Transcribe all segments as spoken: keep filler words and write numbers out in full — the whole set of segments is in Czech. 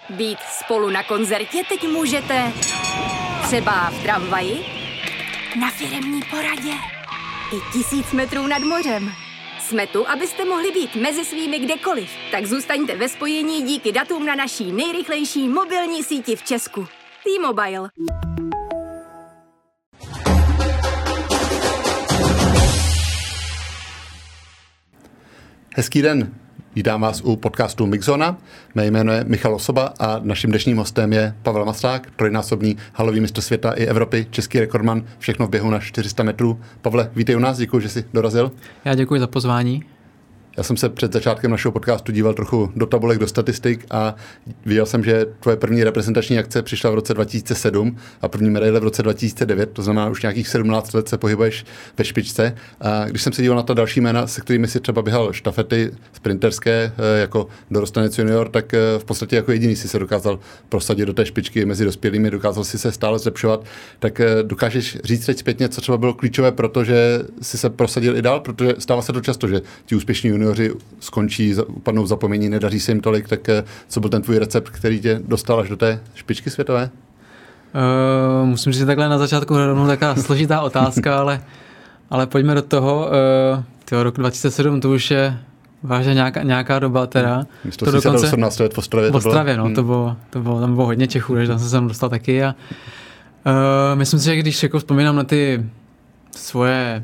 Být spolu na koncertě teď můžete třeba v tramvaji, na firemní poradě i tisíc metrů nad mořem. Jsme tu, abyste mohli být mezi svými kdekoliv. Tak zůstaňte ve spojení díky datům na naší nejrychlejší mobilní síti v Česku. T-Mobile. Hezký den. Vítám vás u podcastu Mixzona. Mé jméno je Michal Osoba a naším dnešním hostem je Pavel Masák, trojnásobný halový mistr světa i Evropy, český rekordman, všechno v běhu na čtyři sta metrů. Pavle, vítej u nás, děkuji, že jsi dorazil. Já děkuji za pozvání. Já jsem se před začátkem našeho podcastu díval trochu do tabulek, do statistik a viděl jsem, že tvoje první reprezentační akce přišla v roce dva tisíce sedm a první medaile v roce dva tisíce devět, to znamená už nějakých sedmnáct let se pohybuješ ve špičce. A když jsem se díval na ta další jména, se kterými si třeba běhal štafety sprinterské jako dorostanec junior, tak v podstatě jako jediný si se dokázal prosadit do té špičky mezi dospělými, dokázal si se stále zlepšovat. Tak dokážeš říct teď zpětně, co třeba bylo klíčové, protože si se prosadil i dál, protože stává se to často, že ti úspěšní junioři skončí, upadnou v zapomnění, nedaří se jim tolik, tak co byl ten tvůj recept, který tě dostal až do té špičky světové? Uh, musím říct takhle na začátku rovnou taková složitá otázka, ale, ale pojďme do toho. Uh, tyho roku dva tisíce sedm to už je vážně nějaká, nějaká doba teda. Místo to dokonce sedmnáct let v Ostravě. V Ostravě, no, hmm. to, bylo, to bylo, tam bylo hodně Čechů, takže tam jsem se dostal taky a uh, myslím si, že když jako vzpomínám na ty svoje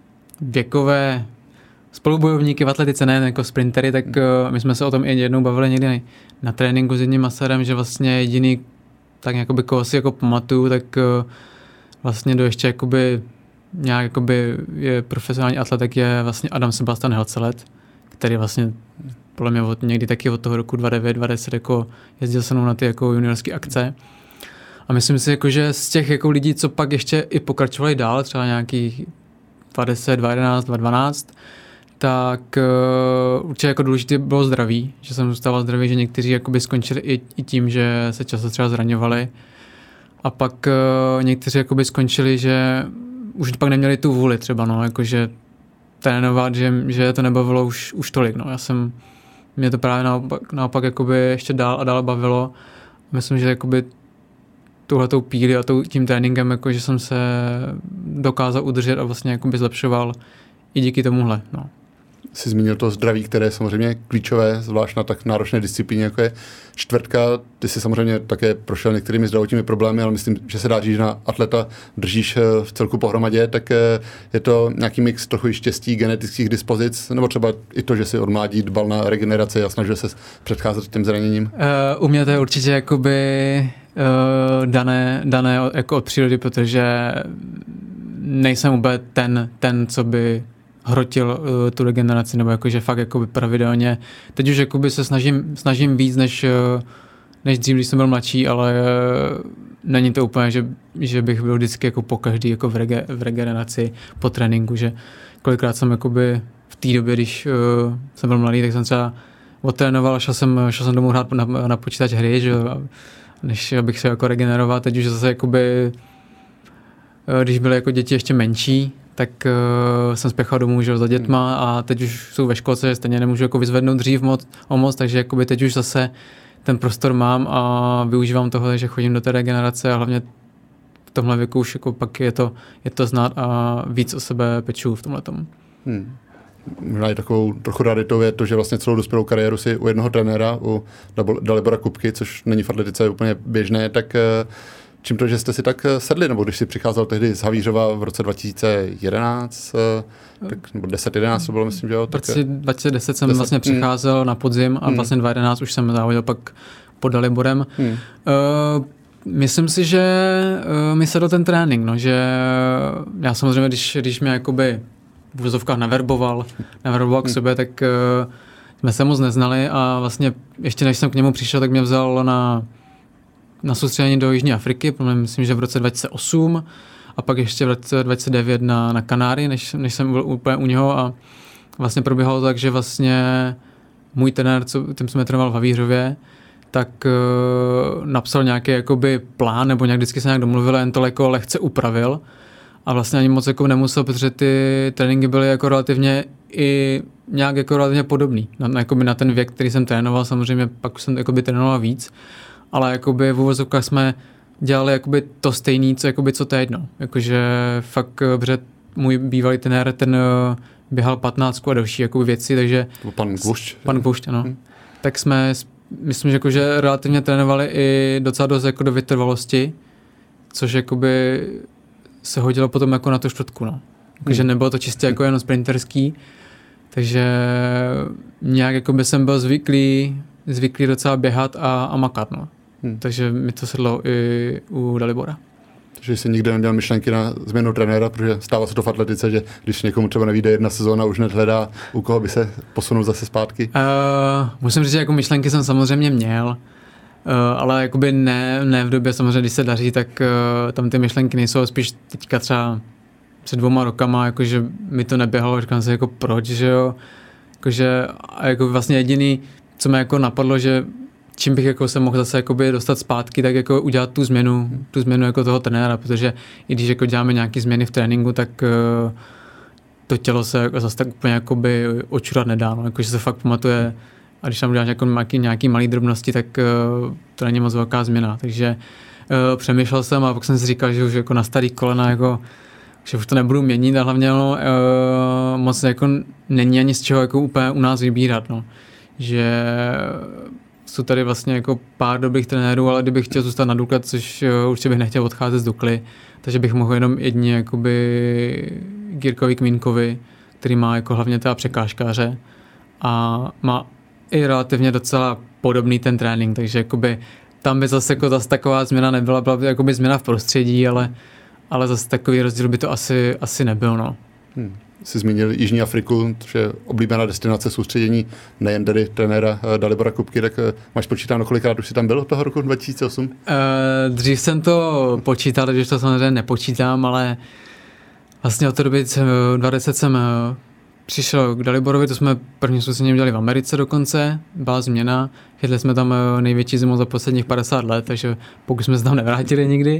věkové spolubojovníky v atletice, ne jako sprintery, tak uh, my jsme se o tom i jednou bavili někdy na tréninku s jedním masérem, že vlastně jediný, tak jakoby koho si jako pamatuju, tak uh, vlastně do ještě jakoby nějak jakoby je profesionální atlet, tak je vlastně Adam Sebastian Helcelet, který vlastně podle mě od, někdy taky od toho roku dva tisíce devět dva tisíce deset jako jezdil se mnou na ty jako juniorské akce. A myslím si, jako, že z těch jako lidí, co pak ještě i pokračovali dál, třeba nějakých dvacet, dvacet jedenáct, dvacet dvanáct, tak uh, určitě jako důležité bylo zdraví, že jsem zůstával zdravý, že někteří jakoby skončili i, i tím, že se často třeba zraňovali a pak uh, někteří jakoby skončili, že už pak neměli tu vůli třeba, no, jakože trénovat, že, že to nebavilo už, už tolik, no, já jsem, mě to právě naopak, naopak jakoby ještě dál a dál bavilo, myslím, že jakoby tuhletou píli a tím tréninkem, jako, že jsem se dokázal udržet a vlastně jakoby zlepšoval i díky tomuhle, no. Jsi zmínil to zdraví, které je samozřejmě klíčové, zvlášť na tak náročné disciplíně, jako je čtvrtka. Ty jsi samozřejmě také prošel některými zdravotními problémy, ale myslím, že se dá říct, že na atleta držíš v celku pohromadě, tak je to nějaký mix trochu štěstí, genetických dispozic, nebo třeba i to, že si od mládí dbal na regeneraci a snažil se předcházet těm zraněním? Uh, u mě to je určitě jakoby uh, dané, dané jako od přírody, protože nejsem úplně ten, ten, co by hrotil uh, tu regeneraci, nebo jakože fakt jakoby pravidelně. Teď už jakoby se snažím, snažím víc, než, uh, než dřív, když jsem byl mladší, ale uh, není to úplně, že, že bych byl vždycky jako po každý jako v, rege, v regeneraci, po tréninku, že kolikrát jsem jakoby v té době, když uh, jsem byl mladý, tak jsem třeba odtrénoval, šel jsem, šel jsem domů hrát na, na počítač hry, že, než abych se jako regeneroval. Teď už zase jakoby, uh, když byly jako děti ještě menší, tak uh, jsem spěchal domů, že, za dětma a teď už jsou ve školce, že stejně nemůžu jako vyzvednout dřív moc, o moc, takže jakoby teď už zase ten prostor mám a využívám toho, že chodím do té regenerace a hlavně v tomhle věku už jako pak je to, je to znát a víc o sebe peču v tomhletom. Hmm. Možná i takovou trochu raritou je to, že vlastně celou dospělou kariéru si u jednoho trenéra, u Dalibora Kupky, což není v atletice úplně běžné, tak čím to, že jste si tak sedli, nebo když jsi přicházel tehdy z Havířova v roce dva tisíce jedenáct, tak, nebo deset jedenáct to bylo, myslím, že jo? Tak dva tisíce deset jsem deset, vlastně přicházel mm. na podzim a mm. vlastně dva tisíce jedenáct už jsem závodil pak pod Daliborem. Mm. Uh, myslím si, že uh, mi sedl ten trénink, no, že já samozřejmě, když, když mě jakoby v vozovkách naverboval, naverboval k sobě, tak uh, jsme se moc neznali a vlastně ještě než jsem k němu přišel, tak mě vzal na na soustředění do Jižní Afriky, myslím, že v roce dva tisíce osm a pak ještě v roce dva tisíce devět na, na Kanáry, než, než jsem byl úplně u něho a vlastně proběhalo tak, že vlastně můj trenér, co, tím jsme trénoval v Havířově, tak uh, napsal nějaký jakoby plán, nebo nějak vždycky se nějak domluvil, jen to jako lehce upravil a vlastně ani moc jako nemusel, protože ty tréninky byly jako relativně i nějak jako relativně podobný na, na, na ten věk, který jsem trénoval, samozřejmě pak jsem jakoby trénoval víc. ale jakoby v uvozovkách jsme dělali jakoby to stejný, co, jakoby, co teď, no. Jakože fakt, protože můj bývalý trenér, ten běhal patnáctku a další jakoby věci, takže... Pan Gvušť. Pan Gvušť, ano. Hmm. Tak jsme, myslím, že, jako, že relativně trénovali i docela dost jako do vytrvalosti, což jakoby se hodilo potom jako na tu čtvrtku, no. Takže hmm. nebylo to čistě jako jenom sprinterský, takže nějak jakoby jsem byl zvyklý, zvyklý docela běhat a, a makat, no. Hmm. Takže mi to sedlo i u Dalibora. Takže jsi nikdy neměl myšlenky na změnu trenéra, protože stává se to v atletice, že když někomu třeba nevyjde jedna sezóna, už hned hledá, u koho by se posunul zase zpátky? Uh, musím říct, že jako myšlenky jsem samozřejmě měl, uh, ale jakoby ne, ne v době samozřejmě, když se daří, tak uh, tam ty myšlenky nejsou, spíš teďka třeba před dvouma rokama, jakože mi to neběhalo, říkám si jako proč, že jo, jakože a jako vlastně jediný, co mě jako napadlo, že čím bych jako se mohl zase jakoby dostat zpátky, tak jako udělat tu změnu, tu změnu jako toho trenéra, protože i když jako děláme nějaké změny v tréninku, tak uh, to tělo se jako zase tak úplně jakoby očurat nedá, no, jakože se fakt pamatuje, a když tam uděláš jako nějaký, nějaký malý drobnosti, tak uh, to není moc velká změna, takže uh, přemýšlel jsem a pak jsem si říkal, že už jako na starý kolena jako že už to nebudu měnit a hlavně no, uh, moc jako není ani z čeho jako úplně u nás vybírat, no. Že jsou tady vlastně jako pár dobrých trenérů, ale kdybych chtěl zůstat na Dukle, což uh, určitě bych nechtěl odcházet z Dukly, takže bych mohl jenom jedině jakoby Jirkovi Kmínkovi, který má jako hlavně teda překážkáře a má i relativně docela podobný ten trénink, takže jakoby tam by zase jako zase taková změna nebyla, byla by jakoby změna v prostředí, ale ale zase takový rozdíl by to asi, asi nebyl, no. Hmm. Jsi zmínil Jižní Afriku, což je oblíbená destinace soustředění nejen tedy trenéra Dalibora Kupky, tak máš počítáno, kolikrát už jsi tam byl od toho roku dva tisíce osm? Uh, dřív jsem to počítal, když to samozřejmě nepočítám, ale vlastně od té doby dvacet deset jsem přišel k Daliborovi, to jsme první soustředění udělali v Americe dokonce, byla změna, chytli jsme tam největší zimu za posledních padesát let, takže pokud jsme se tam nevrátili nikdy.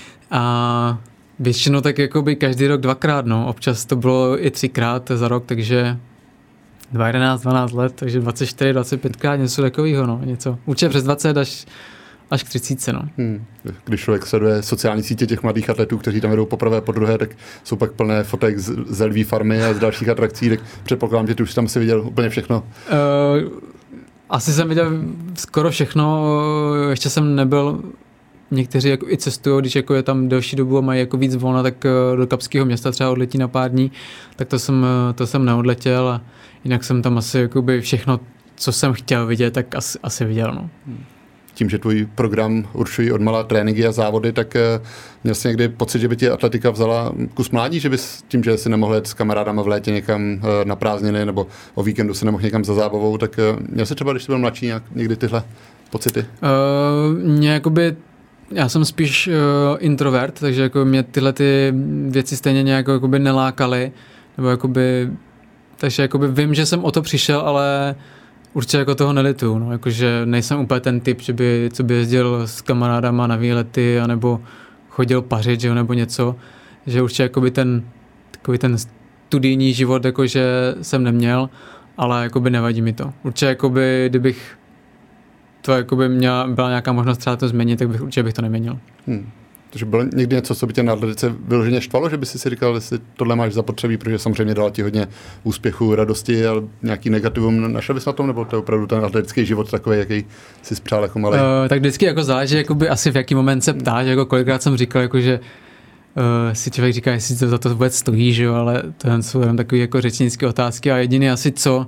A většinou tak jakoby každý rok dvakrát, no. Občas to bylo i třikrát za rok, takže jedenáct dvanáct let, takže dvacet čtyři dvacet pět krát, něco takového, no. Něco. Určitě přes dvacet až, až k třicítce, no. Hmm. Když člověk sleduje sociální sítě těch mladých atletů, kteří tam jedou poprvé, podruhé, tak jsou pak plné fotek z, z Lví farmy a z dalších atrakcí, tak předpokládám, že ty už tam si viděl úplně všechno. Uh, asi jsem viděl skoro všechno, ještě jsem nebyl. Někteří jako i cestují, když jako je tam delší dobu a mají jako víc volna, tak do Kapského města třeba odletí na pár dní, tak to jsem, to jsem neodletěl a jinak jsem tam asi jakoby všechno, co jsem chtěl vidět, tak asi, asi viděl. No. Tím, že tvůj program určují odmala tréninky a závody, tak měl jsi někdy pocit, že by ti atletika vzala kus mládí, že bys tím, že jsi nemohl jet s kamarádama v létě někam na prázdniny nebo o víkendu si nemohl někam za zábavou, tak měl jsi třeba, když jsi byl mladší, nějak, někdy tyhle pocity? Uh, mě jakoby Já jsem spíš uh, introvert, takže jako mě tyhle ty věci stejně nějak jakoby nelákaly, nebo jakoby, takže jakoby vím, že jsem o to přišel, ale určitě jako toho nelituju, no, jakože nejsem úplně ten typ, že by, co by jezdil s kamarádama na výlety, anebo chodil pařit, že, nebo něco, že určitě jakoby ten, takový ten studijní život, jakože jsem neměl, ale jakoby nevadí mi to. Určitě jakoby, kdybych to jakoby měla, byla nějaká možnost třeba to změnit, tak bych určitě bych to neměnil. Hmm. Takže bylo někdy něco, co by tě na atletice vyloženě štvalo, že by si si říkal, jestli tohle máš zapotřebí, protože samozřejmě dala ti hodně úspěchu, radosti, ale nějaký negativum našel bys na tom, nebo to je opravdu ten atletický život takový, jaký si spřál jako malý? Uh, tak vždycky jako záleží, jakoby asi v jaký moment se ptáš, jako kolikrát jsem říkal, jako že uh, si člověk říká, jestli to za to vůbec stojí, že jo, ale to jsou jenom takové jako řečnické otázky a jediný asi co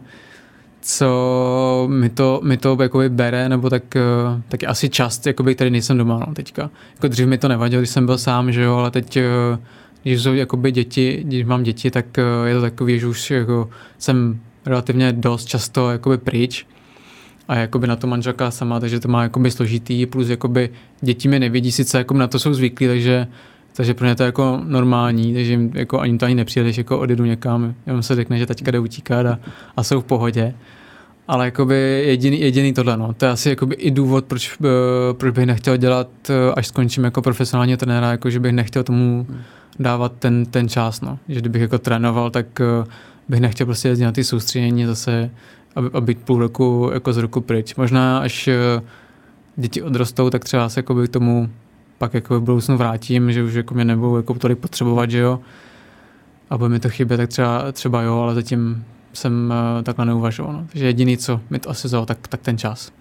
co mi to, mi to jakoby bere, nebo tak, tak je asi čas, jakoby, který nejsem doma, no, teďka. Jako dřív mi to nevadilo, když jsem byl sám, že jo, ale teď, když jsou jakoby děti, když mám děti, tak je to takový, že už jako jsem relativně dost často jakoby pryč a jakoby na to manželka sama, takže to má jakoby složitý, plus jakoby děti mi nevědí, sice jakoby na to jsou zvyklí, takže takže pro ně to je jako normální, takže jim jako ani to ani nepřijde, když jako odjedu někam, jenom se řekne, že taťka jde utíkat a, a jsou v pohodě. Ale jakoby jediný, jediný tohle, no. To je asi jakoby i důvod, proč, proč bych nechtěl dělat, až skončím jako profesionální trenéra, jako že bych nechtěl tomu dávat ten, ten čas, no. Že kdybych jako trénoval, tak bych nechtěl prostě jezdit na ty soustředění zase a být půl roku jako z roku pryč. Možná až děti odrostou, tak třeba se jakoby k tomu pak jako v budoucnu vrátím, že už jako mě nebudou jako tolik potřebovat, že jo. A bude mi to chybět, tak třeba, třeba jo, ale zatím jsem uh, takhle neuvažoval. No. Takže jediný, co mi to asi vzalo, tak, tak ten čas.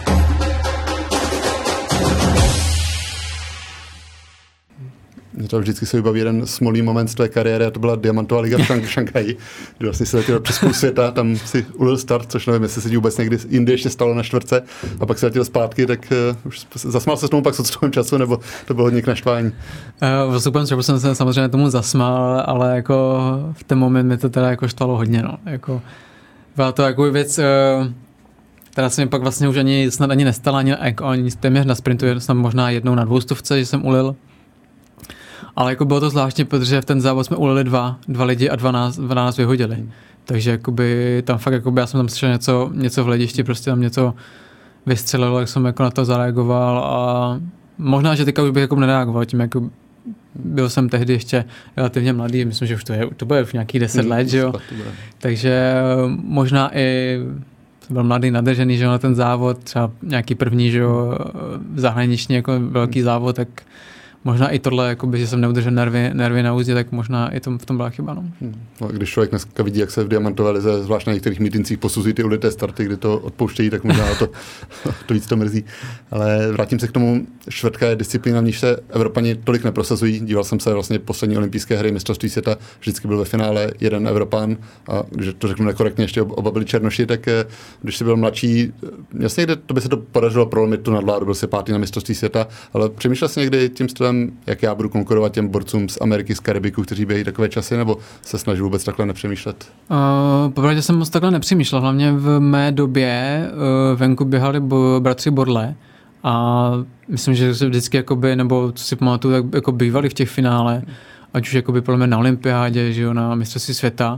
Mě to vždycky se vybaví jeden smolný moment z tvé kariéry a to byla Diamantová liga v Šanghaji, kdy vlastně se letěl přes půl světa, tam si ulil start, což nevím, jestli se ti vůbec někdy jindy ještě stalo na čtvrtce a pak se letěl zpátky, tak uh, už zasmál se tomu pak s odstupem času, nebo to bylo hodně k naštvání? Uh, odstupem času jsem se samozřejmě tomu zasmál, ale jako v ten moment mi to teda jako štvalo hodně, no. Jako, byla to jako věc, uh, která se mi pak vlastně už ani snad ani nestala, ani, jako, ani téměř na sprintu, jsem možná jednou na dvoustovce, že jsem ulil. Ale jako bylo to zvláštně, protože v ten závod jsme ulili dva, dva lidi a dvanáct, dvanáct vyhodili. Hmm. Takže jakoby tam fakt, jakoby já jsem tam slyšel něco, něco v hledišti, prostě tam něco vystřelilo, jak jsem jako na to zareagoval a možná, že teďka už bych jako nereagoval, tím jako byl jsem tehdy ještě relativně mladý, myslím, že už to je, to bude už nějakých deset hmm, let, že jo. Takže možná i byl mladý, nadržený, že jo, na ten závod, třeba nějaký první, že jo, zahraniční jako velký závod, tak možná i tohle, jakoby, že jsem neudržel nervy, nervy na úzdě, tak možná i tom, v tom byla chyba. No. Hmm. No, když člověk dneska vidí, jak se v Diamantové lize, zvlášť na některých mítincích posuzují ty ulité starty, kdy to odpouštějí, tak možná to, to víc to mrzí. Ale vrátím se k tomu, švedka je disciplína, v níž se Evropani tolik neprosazují. Díval jsem se vlastně poslední olympijské hry, mistrovství světa, vždycky byl ve finále jeden Evropan a když to řeknu nekorektně, ještě oba byli černoši, tak když jsi byl mladší, jasně, někde to by se to podařilo prolomit tu nadvládu, byl se pátý na mistrovství světa, ale přemýšlel jsi někdy tím stylem, jak já budu konkurovat těm borcům z Ameriky, z Karibiku, kteří běhají takové časy, nebo se snaží vůbec takhle nepřemýšlet? Uh, Popravdě jsem moc takhle nepřemýšlel. Hlavně v mé době uh, venku běhali bo, bratři Borle a myslím, že se vždycky, jakoby, nebo co si pamatuju, tak jako bývali v těch finále, ať už jakoby, podle mě na olympiádě, že jo, na mistrovství světa.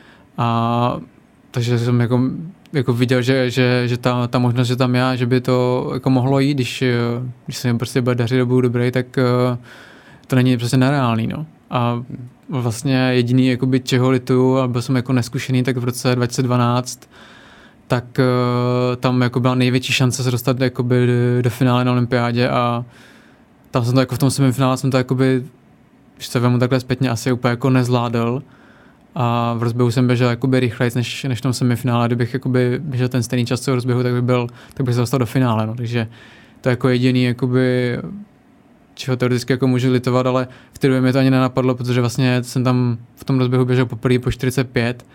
A takže jsem jako, jako viděl, že, že, že ta, ta možnost, že tam já, že by to jako mohlo jít, když, když se mi prostě bude dařit, dobu dobrý, tak uh, to není prostě nereálný, no. A vlastně jediný, jakoby, čeho lituju, a byl jsem jako neskušený, tak v roce dva tisíce dvanáct, tak uh, tam jako byla největší šance se dostat jakoby, do, do finále na olympiádě a tam jsem to jako v tom semifinále jsem to jakoby, když se vemu takhle zpětně, asi úplně jako nezvládl. A v rozběhu jsem běžel jakoby rychlejc než, než v tom semifinále. Kdybych jakoby běžel ten stejný čas v rozběhu, tak bych, byl, tak bych se dostal do finále. No. Takže to je jako jediný, jakoby, čeho teoreticky jako můžu litovat, ale v té době mě to ani nenapadlo, protože vlastně jsem tam v tom rozběhu běžel poprvé po čtyřicet pět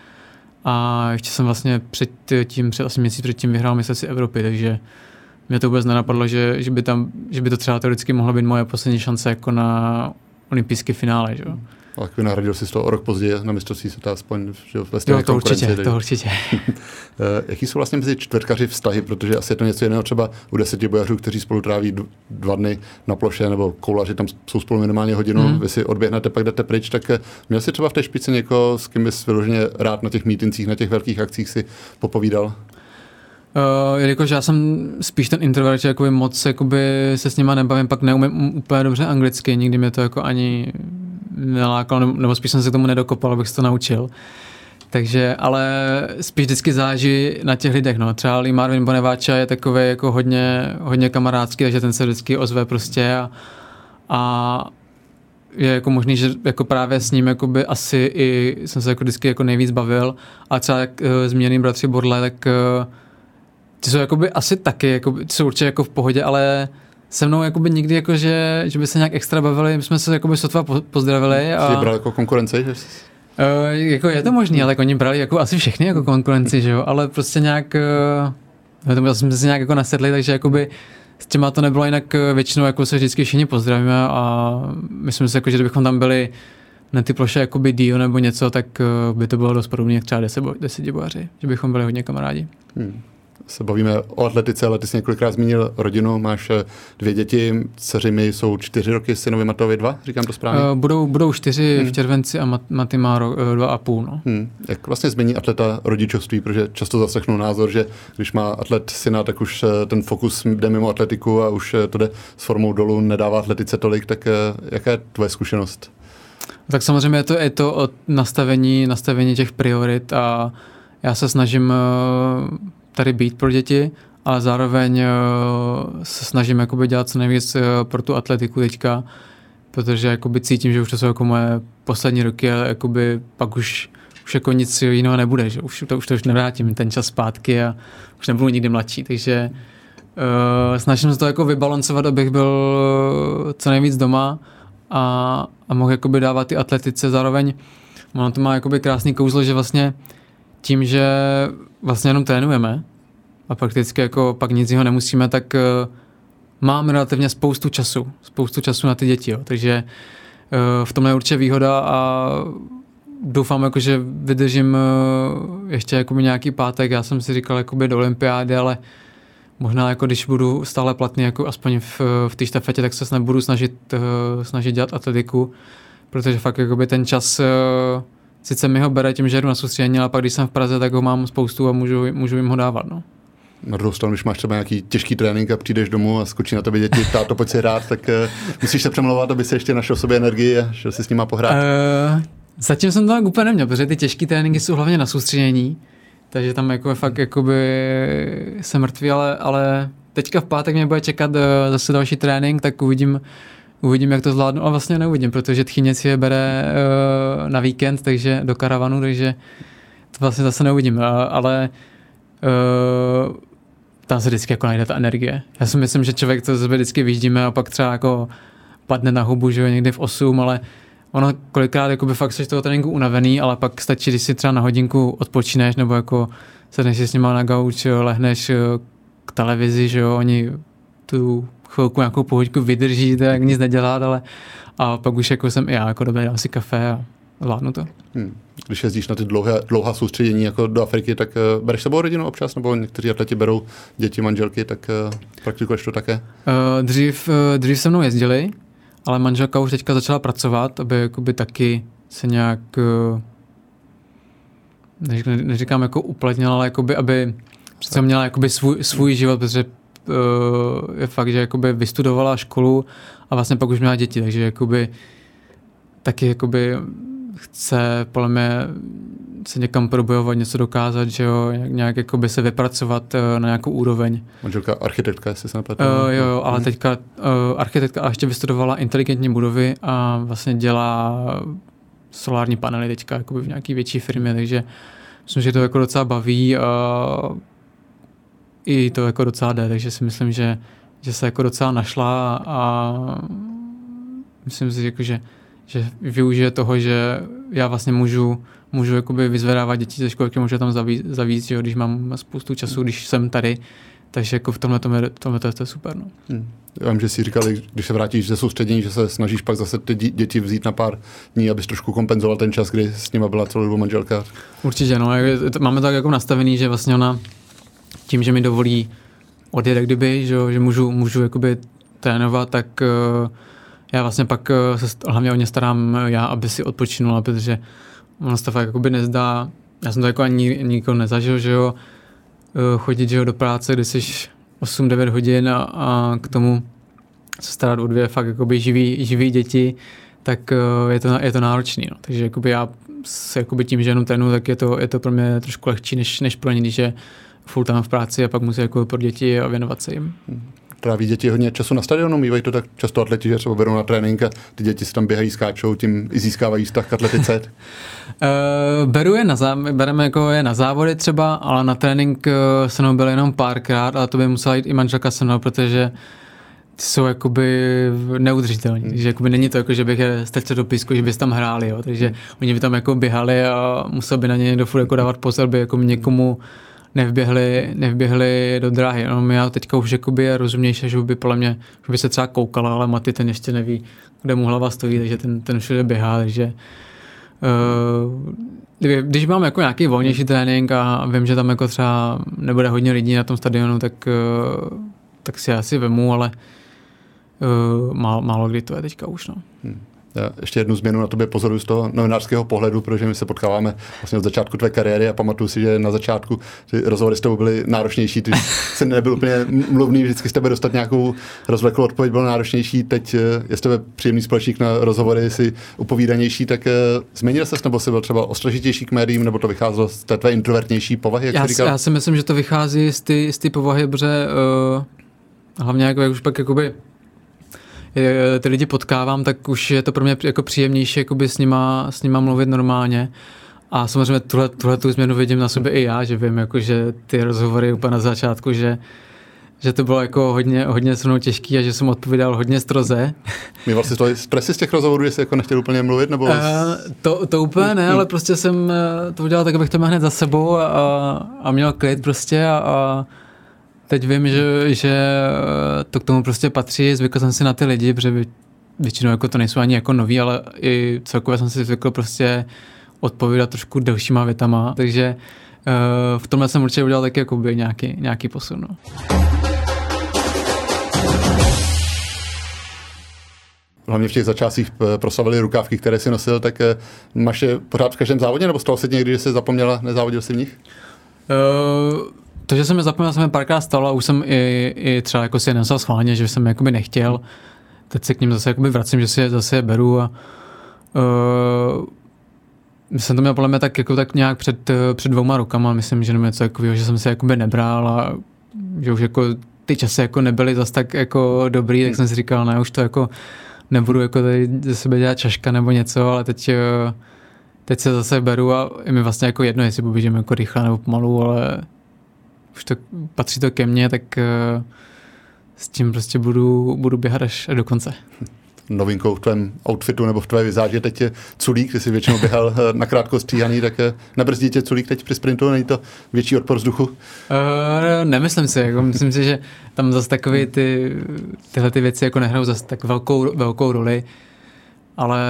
a ještě jsem vlastně před tím, před asi měsíc předtím vyhrál mistrovství Evropy, takže mě to vůbec nenapadlo, že, že, by tam, že by to třeba teoreticky mohla být moje poslední šance jako na olympijské finále. Že? Ale vynahradil si to o rok později na mistrovství světa aspoň ve stejné konkurenci. Jo, to určitě, to určitě. Jaký jsou vlastně mezi čtvrtkaři vztahy, protože asi je to něco jiného třeba u deseti bojařů, kteří spolu tráví dva dny na ploše, nebo koulaři tam jsou spolu minimálně hodinu, mm. vy si odběhnete, pak jdete pryč, tak měl jsi třeba v té špici někoho, s kým bys vyloženě rád na těch mítincích, na těch velkých akcích si popovídal? Uh, jelikož já jsem spíš ten introvert, že jakoby moc jakoby se s nima nebavím, pak neumím úplně dobře anglicky, nikdy mě to jako ani nelákalo, nebo spíš jsem se k tomu nedokopal, abych se to naučil. Takže, ale spíš vždycky záleží na těch lidech, no. Třeba Lee Marvin Boneváča je takový jako hodně, hodně kamarádský, takže ten se vždycky ozve prostě a, a je jako možný, že jako právě s ním jakoby asi i jsem se jako vždycky jako nejvíc bavil a třeba jak uh, zmíněný bratři Borle, tak uh, ty jsou jakoby asi taky, jakoby, ty jsou určitě jako v pohodě, ale se mnou jakoby nikdy jako, že, že by se nějak extra bavili, my jsme se jakoby sotva pozdravili. A... Jsi bral jako konkurenci? Že? Uh, jako je to možný, ale oni brali jako asi všechny jako konkurenci, že jo, ale prostě nějak, uh, tomu jsme se nějak jako nasedli, takže jakoby s těma to nebylo jinak, většinou jako se vždycky všichni pozdravíme a myslím si, jako, že kdybychom tam byli na ty ploše jakoby Dio nebo něco, tak uh, by to bylo dost podobně jak třeba deset bojaři, že bychom byli hodně kamarádi. Hmm. Se bavíme o atletice, ale ty jsi několikrát zmínil rodinu, máš dvě děti, dceři mi jsou čtyři roky, synovi Matovi dva, říkám to správně? Uh, budou, budou čtyři hmm. v červenci a Mat, Maty má ro, dva a půl. No. Hmm. Jak vlastně změní atleta rodičovství, protože často zaslechnu názor, že když má atlet syna, tak už ten fokus jde mimo atletiku a už to jde s formou dolů, nedává atletice tolik, tak jaká je tvoje zkušenost? Tak samozřejmě je to, je to o nastavení, nastavení těch priorit a já se snažím tady být pro děti ale zároveň uh, se snažím jakoby dělat co nejvíc uh, pro tu atletiku teďka, protože jakoby cítím, že už to jsou jako moje poslední roky, ale jakoby pak už, už jako nic jiného nebude, že už to už, to už nevrátím ten čas zpátky a už nebudu nikdy mladší, takže uh, snažím se to jako vybalancovat, abych byl co nejvíc doma a, a mohl jakoby dávat ty atletice zároveň. Ono to má jakoby krásný kouzlo, že vlastně tím, že vlastně jenom trénujeme a prakticky jako pak nic jiného nemusíme, tak uh, mám relativně spoustu času, spoustu času na ty děti, jo. Takže uh, v tom je určitě výhoda a doufám, jako, že vydržím uh, ještě jakoby nějaký pátek. Já jsem si říkal jakoby do olympiády, ale možná jako když budu stále platný jako aspoň v, v té štafetě, tak se nebudu snažit, uh, snažit dělat atletiku, protože fakt jakoby ten čas uh, sice mi ho bere tím, že jdu na soustředění, ale pak když jsem v Praze, tak ho mám spoustu a můžu, můžu jim ho dávat. No. Na druhou stranu, když máš třeba nějaký těžký trénink a přijdeš domů a skočí na tebe děti, táto, pojď si hrát, tak uh, musíš se přemlouvat, aby si ještě našel sobě energii a šel si s nima pohrát. Uh, zatím jsem to tak úplně neměl, protože ty těžký tréninky jsou hlavně na soustředění, takže tam jako fakt jakoby jsem mrtvý, ale, ale teďka v pátek mě bude čekat uh, zase další trénink, tak uvidím, uvidím, jak to zvládnu, ale vlastně neuvidím, protože tchýně si je bere uh, na víkend, takže do karavanu, takže to vlastně zase neuvidím, uh, ale uh, tam se vždycky jako najde ta energie. Já si myslím, že člověk to zase vždycky vyjíždíme a pak třeba jako padne na hubu, že jo, někdy v osm, ale ono kolikrát jakoby fakt seš toho tréninku unavený, ale pak stačí, když si třeba na hodinku odpočíneš nebo jako sedneš si s nima na gauč, lehneš k televizi, že jo, oni tu chvilku nějakou pohoďku vydrží, to jak nic nedělat, ale a pak už jako jsem i já, jako dobré, dám si kafe a zvládnu to. Hmm. Když jezdíš na ty dlouhé, dlouhá soustředění jako do Afriky, tak uh, bereš sebou rodinu občas, nebo někteří atleti berou děti, manželky, tak uh, praktikuješ to také? Uh, dřív, uh, dřív se mnou jezdili, ale manželka už teďka začala pracovat, aby jakoby taky se nějak, uh, neříkám, neříkám jako uplatnila, ale jakoby, aby přece měla jakoby svůj, svůj život, protože uh, je fakt, že jakoby vystudovala školu a vlastně pak už měla děti, takže jakoby taky jakoby chce podle mě se někam probojovat, něco dokázat, že jo, nějak jakoby se vypracovat uh, na nějakou úroveň. Manželka architektka, jestli se nepletu. Uh, jo, jo, ale teďka uh, architektka a ještě vystudovala inteligentní budovy a vlastně dělá solární panely teďka jakoby v nějaký větší firmě, takže myslím, že to jako docela baví a i to jako docela jde, takže si myslím, že, že se jako docela našla a myslím si, jako, že že využije toho, že já vlastně můžu, můžu jakoby vyzvedávat děti ze školky, můžu tam zavízt, zavízt, že jo, když mám spoustu času, když jsem tady, takže jako v tomhle to je super. No. Hmm. Já vím, že jsi říkal, když se vrátíš ze soustředění, že se snažíš pak zase ty děti vzít na pár dní, abys trošku kompenzoval ten čas, kdy s nima byla celou dobu manželka. Určitě, no. Máme to tak jako nastavený, že vlastně ona tím, že mi dovolí odjet, jak kdyby, že, že můžu, můžu jakoby trénovat, tak uh, já vlastně pak se hlavně o ně starám já, aby si odpočinula, protože ono se to fakt jakoby nezdá. Já jsem to jako ani nikdo nezažil, že jo, chodit, že jo, do práce, kde jsi osm devět hodin a, a k tomu se starat o dvě fakt jakoby živý, živý děti, tak je to, je to náročný, no. Takže jakoby já se jakoby tím, že jenom trénu, tak je to, je to pro mě trošku lehčí, než, než pro ně, když je full time v práci a pak musí jako pro děti a věnovat se jim. Tráví děti hodně času na stadionu, mývají to tak často atleti, že třeba berou na trénink a ty děti si tam běhají, skáčou, tím i získávají vztah k atletice. uh, beru je na zá- bereme jako je na závody třeba, ale na trénink uh, se mnou byl jenom párkrát, ale to by musela jít i manželka se mnou, protože ty jsou jakoby neudržitelní. Hmm. Takže jakoby není to jako, že bych je strčil do písku, že bys tam hráli, jo. Takže hmm. oni by tam jako běhali a musel by na ně někdo furt jako dávat pozor, by jako někomu nevběhli, nevběhli do dráhy. No, já teďka už jakoby je rozumnější, že by podle mě, že by se třeba koukala, ale Maty ten ještě neví, kde mu hlava stojí, takže ten, ten všude běhá, takže uh, když mám jako nějaký volnější trénink a vím, že tam jako třeba nebude hodně lidí na tom stadionu, tak, uh, tak si asi vemu, ale uh, málo, málo kdy to je teďka už. No. Hmm. Já ještě jednu změnu na tobě pozoruju z toho novinářského pohledu, protože my se potkáváme vlastně od začátku tvé kariéry a pamatuju si, že na začátku ty rozhovory s tebou byly náročnější, ty jsi nebyl úplně mluvný, vždycky z tebe dostat nějakou rozvleklou odpověď bylo náročnější, teď je z tebe příjemný společník na rozhovory, jsi upovídanější, tak změnil ses, nebo jsi byl třeba ostražitější k médiím, nebo to vycházelo z té tvé introvertnější povahy, jak já, jsi říkal? Já si myslím, že to vychází z ty, z ty povahy, protože uh, hlavně jak, jak už pak jakoby ty lidi potkávám, tak už je to pro mě jako příjemnější jakoby s nima, s nima mluvit normálně. A samozřejmě tuhle, tuhle tu změnu vidím na sobě i já, že vím, jako, že ty rozhovory úplně na začátku, že, že to bylo jako hodně, hodně se mnou těžký a že jsem odpovídal hodně stroze. Mýval jsi to stresy z těch rozhovorů, že jsi jako nechtěl úplně mluvit? Nebo... Uh, to, to úplně ne, ale prostě jsem to udělal tak, abych to měl hned za sebou a, a měl klid prostě a, a teď vím, že, že to k tomu prostě patří, zvykl jsem si na ty lidi, protože většinou jako to nejsou ani jako noví, ale i celkově jsem si zvykl prostě odpovídat trošku delšíma větama, takže uh, v tomhle jsem určitě udělal taky jakoby nějaký, nějaký posun. No. Hlavně v těch začátcích proslavili rukávky, které si nosil, tak máš je pořád v každém závodě, nebo stalo se někdy, že jsi zapomněla, nezávodil jsi v nich? Uh, To, že jsem je zapomněl, jsem je párkrát stalo a už jsem i, i třeba jako si je nesal schválně, že jsem je jakoby nechtěl. Teď se k ním zase jakoby vracím, že si je zase je beru a uh, jsem to měl podle mě tak, jako tak nějak před, před dvouma rokama, myslím, že něco takového, že jsem se jakoby nebral a že už jako ty časy jako nebyly zase tak jako dobrý, tak jsem si říkal, ne, už to jako nebudu jako tady ze sebe dělat čaška nebo něco, ale teď, teď se zase beru a je mi vlastně jako jedno, jestli poběžím jako rychle nebo pomalu, ale už to patří to ke mně, tak uh, s tím prostě budu, budu běhat až do konce. Novinkou v tvém outfitu nebo v tvé vizáži teď je culík, ty jsi většinou běhal na krátko stříhaný, tak nebrzdí tě culík teď při sprintu, není to větší odpor vzduchu? Uh, nemyslím si, jako myslím si, že tam zase takový ty, tyhle ty věci jako nehrajou zase tak velkou, velkou roli, ale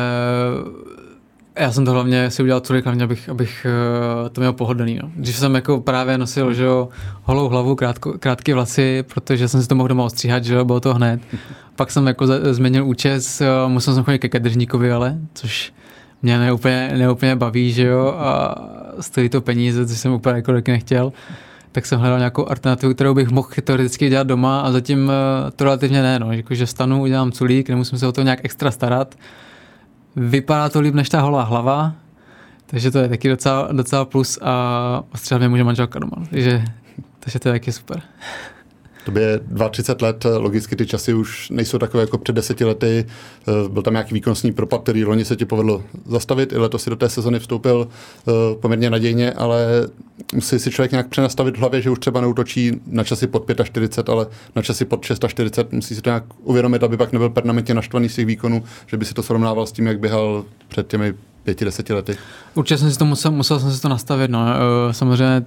já jsem to hlavně si udělal culík, hlavně abych, abych to měl pohodlný. No. Když jsem jako právě nosil, že jo, holou hlavu, krátko, krátké vlasy, protože jsem si to mohl doma ostříhat, že jo, bylo to hned. Pak jsem jako změnil účes, musel jsem chodit ke kadržníkovi, ale, což mě neúplně, neúplně baví, že jo, a stojí to peníze, což jsem úplně jako taky nechtěl. Tak jsem hledal nějakou alternativu, kterou bych mohl teoreticky dělat doma a zatím to relativně ne, no. Jako, že vstanu, udělám culík, nemusím se o to nějak extra starat. Vypadá to líp než ta holá hlava, takže to je taky docela, docela plus a ostříhat mě může manželka doma, takže, takže to je taky super. Tobě je třicet dva let, logicky ty časy už nejsou takové jako před deseti lety, byl tam nějaký výkonnostní propad, který loni se ti povedlo zastavit, i letos si do té sezony vstoupil poměrně nadějně, ale musí si člověk nějak přenastavit v hlavě, že už třeba neutočí na časy pod čtyřicet pět, ale na časy pod čtyřicet šest, musí si to nějak uvědomit, aby pak nebyl permanentně naštvaný z těch výkonů, že by si to srovnával s tím, jak běhal před těmi pěti, deseti lety. Určitě jsem si to musel, musel jsem si to nastavit, no. Samozřejmě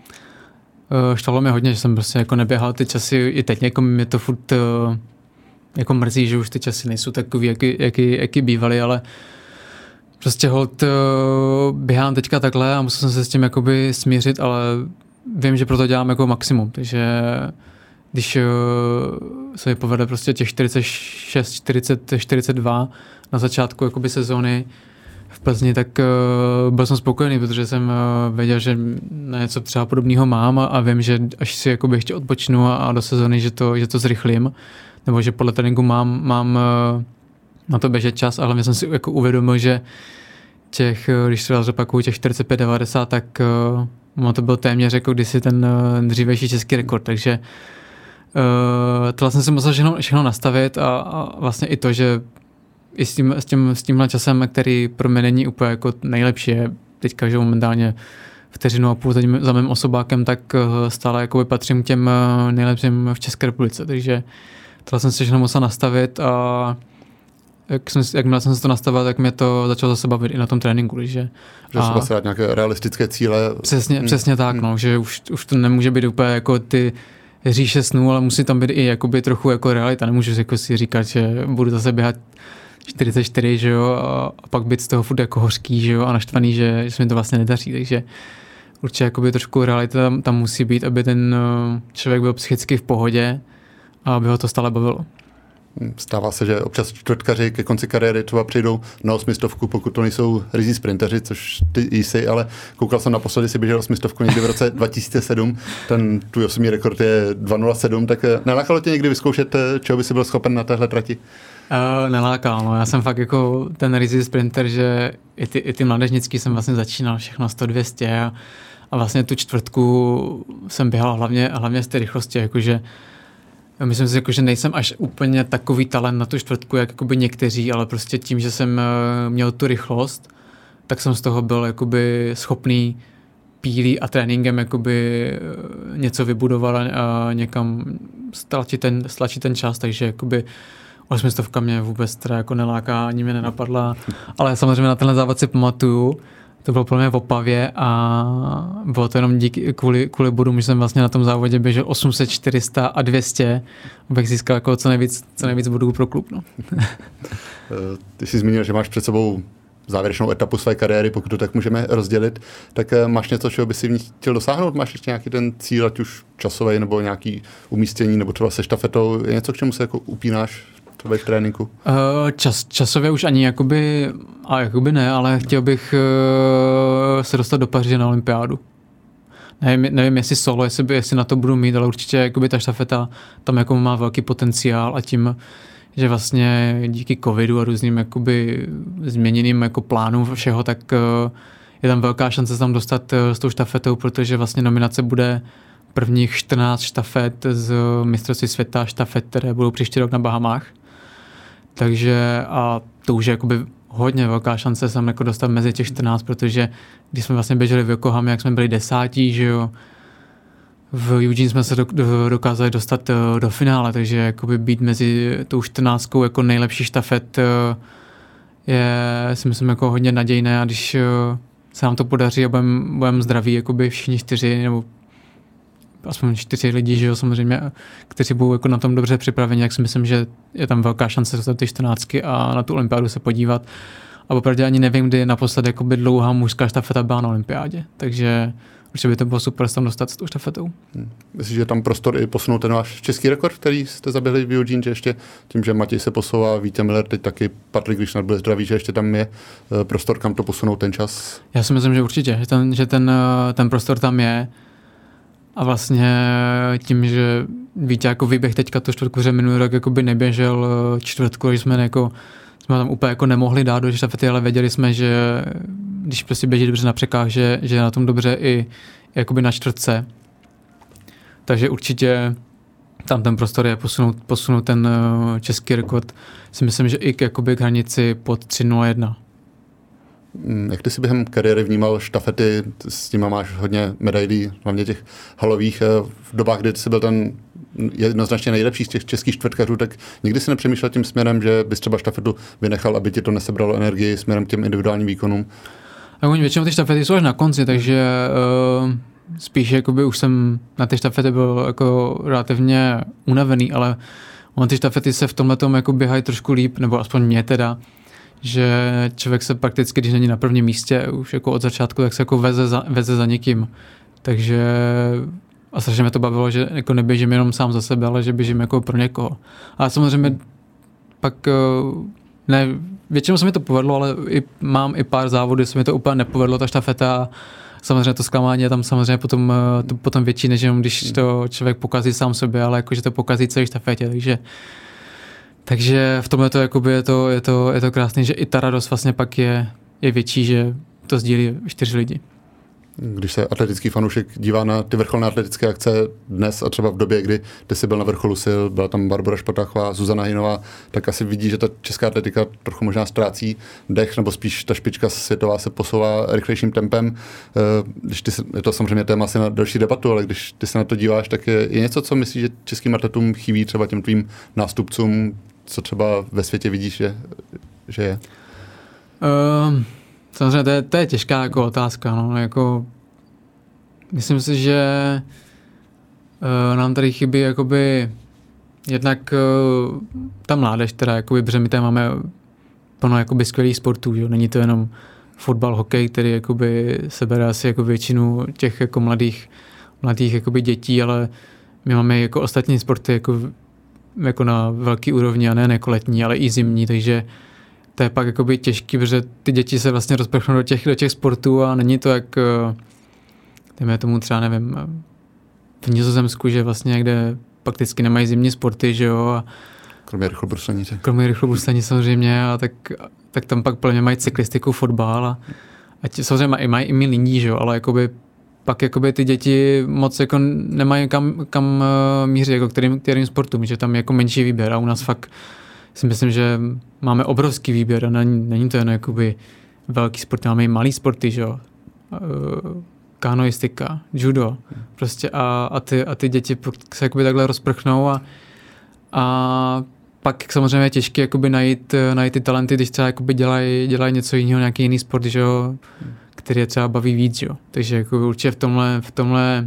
štvalo mě hodně, že jsem prostě jako neběhal ty časy, i teď jako mě to furt jako mrzí, že už ty časy nejsou takový, jaký, jaký, jaký bývaly, ale prostě holt běhám teďka takhle a musel jsem se s tím jakoby smířit, ale vím, že proto dělám jako maximum, takže když se mi povede prostě těch čtyřicet šest, čtyřicet, čtyřicet dva na začátku jakoby sezóny v Plzni, tak uh, byl jsem spokojený, protože jsem uh, věděl, že na něco třeba podobného mám a, a vím, že až si jakoby ještě odpočnu a, a do sezóny, že to, že to zrychlím, nebo že podle tréninku mám, mám uh, na to běžet čas, ale hlavně jsem si jako uvědomil, že těch, když se zopakuju těch čtyřicet pět devadesát, tak uh, to byl téměř jako kdysi ten uh, dřívější český rekord, takže uh, tohle jsem si musel všechno, všechno nastavit a, a vlastně i to, že i s, tím, s, tím, s tímhle časem, který pro mě není úplně jako nejlepší, je teďka, že momentálně vteřinu a půl za, za mým osobákem, tak stále jakoby patřím k těm nejlepším v České republice, takže tohle jsem si všechno musel nastavit a jak jsem, jakmile jsem se to nastavil, tak mě to začalo zase bavit i na tom tréninku, že Že se vlastně dát nějaké realistické cíle. Přesně, hmm. přesně tak, hmm. no, že už, už to nemůže být úplně jako ty říše snů, ale musí tam být i jakoby trochu jako realita, nemůžu jako si říkat, že budu zase běhat čtyřicet čtyři, že jo, a, a pak být z toho furt jako hořký, že jo, a naštvaný, že, že se mi to vlastně nedaří, takže určitě jakoby trošku realita tam, tam musí být, aby ten člověk byl psychicky v pohodě a aby ho to stále bavilo. Stává se, že občas čtvrtkaři ke konci kariéry třeba přijdou na osmistovku, pokud to nejsou rizí sprinteři, což ty jsi, ale koukal jsem naposledy, si běžel osmistovku někdy v roce dva tisíce sedm, ten tvůj osobní rekord je dva nula sedm, tak nelákalo tě někdy vyzkoušet, čeho by si byl schopen na téhle trati? Uh, nelákal, no. Já jsem fakt jako ten rizí sprinter, že i ty, i ty mládežnický jsem vlastně začínal všechno sto dvě stě a, a vlastně tu čtvrtku jsem běhal hlavně, hlavně z té rychlosti, jakože já myslím si, jako, že nejsem až úplně takový talent na tu čtvrtku, jak jakoby někteří, ale prostě tím, že jsem měl tu rychlost, tak jsem z toho byl jakoby schopný pílí a tréninkem jakoby něco vybudovat a někam stlačit ten, stlačit ten čas, takže jakoby osmistovka mě vůbec teda jako neláká, ani mě nenapadla, ale samozřejmě na tenhle závod si pamatuju. To bylo pro mě v Opavě a bylo to jenom díky, kvůli, kvůli bodům, že jsem vlastně na tom závodě běžel osm set, čtyři sta a dvě stě, abych získal jako co nejvíc, co nejvíc bodů pro klub. No. Ty jsi zmínil, že máš před sebou závěrečnou etapu své kariéry, pokud to tak můžeme rozdělit, tak máš něco, čeho by si v ní chtěl dosáhnout? Máš ještě nějaký ten cíl, ať už časový, nebo nějaký umístění, nebo třeba se štafetou? Je něco, k čemu se jako upínáš v tréninku? Čas, časově už ani jakoby, a jakoby ne, ale chtěl bych uh, se dostat do Paříže na olympiádu. Nevím, nevím, jestli solo, jestli, by, jestli na to budu mít, ale určitě jakoby ta štafeta tam jako má velký potenciál a tím, že vlastně díky covidu a různým jakoby změněným jako plánům všeho, tak uh, je tam velká šance tam dostat uh, s tou štafetou, protože vlastně nominace bude prvních čtrnáct štafet z mistrovství světa štafet, které budou příští rok na Bahamách. Takže a to už je jakoby hodně velká šance sem jako dostat mezi těch čtrnáct, protože když jsme vlastně běželi v Yokohamě, jak jsme byli desátí, že jo, v Eugene jsme se do, do, dokázali dostat uh, do finále, takže jakoby být mezi tou čtrnáctkou jako nejlepší štafet uh, je, si myslím, jako hodně nadějné a když uh, se nám to podaří a budeme budem zdraví jakoby všichni čtyři nebo aspoň čtyři lidi, že jo, samozřejmě, kteří budou jako na tom dobře připraveni, jak si myslím, že je tam velká šance dostat ty čtrnáctky a na tu olympiádu se podívat. A opravdu ani nevím, kdy naposled jakoby dlouhá mužská štafeta byla na olympiádě, takže určitě by to bylo super se tam dostat s tou štafetou. Hmm. Myslím, že je tam prostor i posunout ten váš český rekord, který jste zaběhli v Eugene, že ještě tím, že Matěj se posouvá, Vítě Miller teď taky, Patrik, když bude zdravý, že ještě tam je prostor, kam to posunout ten čas. Já si myslím, že určitě, že ten, že ten, ten prostor tam je. A vlastně tím, že Vítě jako vyběh teďka tu čtvrtku, že minulý rok jako by neběžel čtvrtku, že jsme, jako, jsme tam úplně jako nemohli dát do štafety, ale věděli jsme, že když prostě běží dobře na překách, že, že je na tom dobře i jakoby na čtvrtce. Takže určitě tam ten prostor je posunout, posunout ten český rekord. Si myslím, že i k, jakoby k hranici pod tři nula jedna. Jak ty si během kariéry vnímal štafety, s nima máš hodně medailí, hlavně těch halových. V dobách, kdy jsi byl ten jednoznačně nejlepší z těch českých čtvrtkařů, tak nikdy si nepřemýšlel tím směrem, že bys třeba štafetu vynechal, aby ti to nesebralo energii směrem k těm individuálním výkonům? A oni většinou ty štafety jsou až na konci, takže uh, spíš jakoby už jsem na ty štafety byl jako relativně unavený, ale on ty štafety se v tomhletom jako běhají trošku líp, nebo aspoň mě teda, že člověk se prakticky, když není na prvním místě už jako od začátku, tak se jako veze za, veze za někým. Takže a strašně mě to bavilo, že jako neběžím jenom sám za sebe, ale že běžím jako pro někoho. A samozřejmě pak ne, většinou se mi to povedlo, ale i, mám i pár závodů, se mi to úplně nepovedlo, ta štafeta. Samozřejmě to zklamání je tam samozřejmě potom, to, potom větší, než jenom když to člověk pokazí sám sobě, ale jakože to pokazí celý štafetě, takže Takže v tomhle to jakoby je to, je to, je to krásný, že i ta radost vlastně pak je, je větší, že to sdílí čtyři lidi. Když se atletický fanoušek dívá na ty vrcholné atletické akce dnes a třeba v době, kdy ty jsi byl na vrcholu sil, byla tam Barbora Špatáchová, Zuzana Hynová, tak asi vidí, že ta česká atletika trochu možná ztrácí dech, nebo spíš ta špička světová se posouvá rychlejším tempem. Když ty se, je to samozřejmě téma asi na další debatu, ale když ty se na to díváš, tak je, je něco, co myslíš, že českým atletům chybí třeba těm tvým nástupcům, co třeba ve světě vidíš, že, že je? Um. Samozřejmě to je, to je těžká jako otázka. No. Jako, myslím si, že uh, nám tady chybí jakoby, jednak uh, ta mládež, teda jakoby, protože my tady máme plno jakoby, skvělých sportů. Jo. Není to jenom fotbal, hokej, který jakoby, sebere asi jako většinu těch jako, mladých, mladých jakoby, dětí, ale my máme jako ostatní sporty jako jako na velký úrovni a ne jako letní, ale i zimní, takže to je pak jakoby těžký, protože ty děti se vlastně rozprchnou do těch, do těch sportů a není to jak, dejme tomu třeba, nevím, v Nizozemsku, že vlastně někde prakticky nemají zimní sporty, že jo, a kromě rychlobruslení. Kromě rychlobruslení samozřejmě, a tak, tak tam pak plně mají cyklistiku, fotbal a, a tě, samozřejmě mají, mají i my lidí, že jo, ale jakoby pak jakoby ty děti moc jako nemají kam, kam mířit, jako kterým, kterým sportům, že tam je jako menší výběr a u nás fakt si myslím, že máme obrovský výběr a není, není to jen jakoby velký sport, máme i malý sporty, že jo, kanoistika, judo, prostě a, a, ty, a ty děti se jakoby takhle rozprchnou a, a pak samozřejmě je těžké jakoby najít, najít ty talenty, když třeba jakoby dělají, dělají něco jiného, nějaký jiný sport, že jo, který je třeba baví víc, jo. Takže jako určitě v tomhle, v tomhle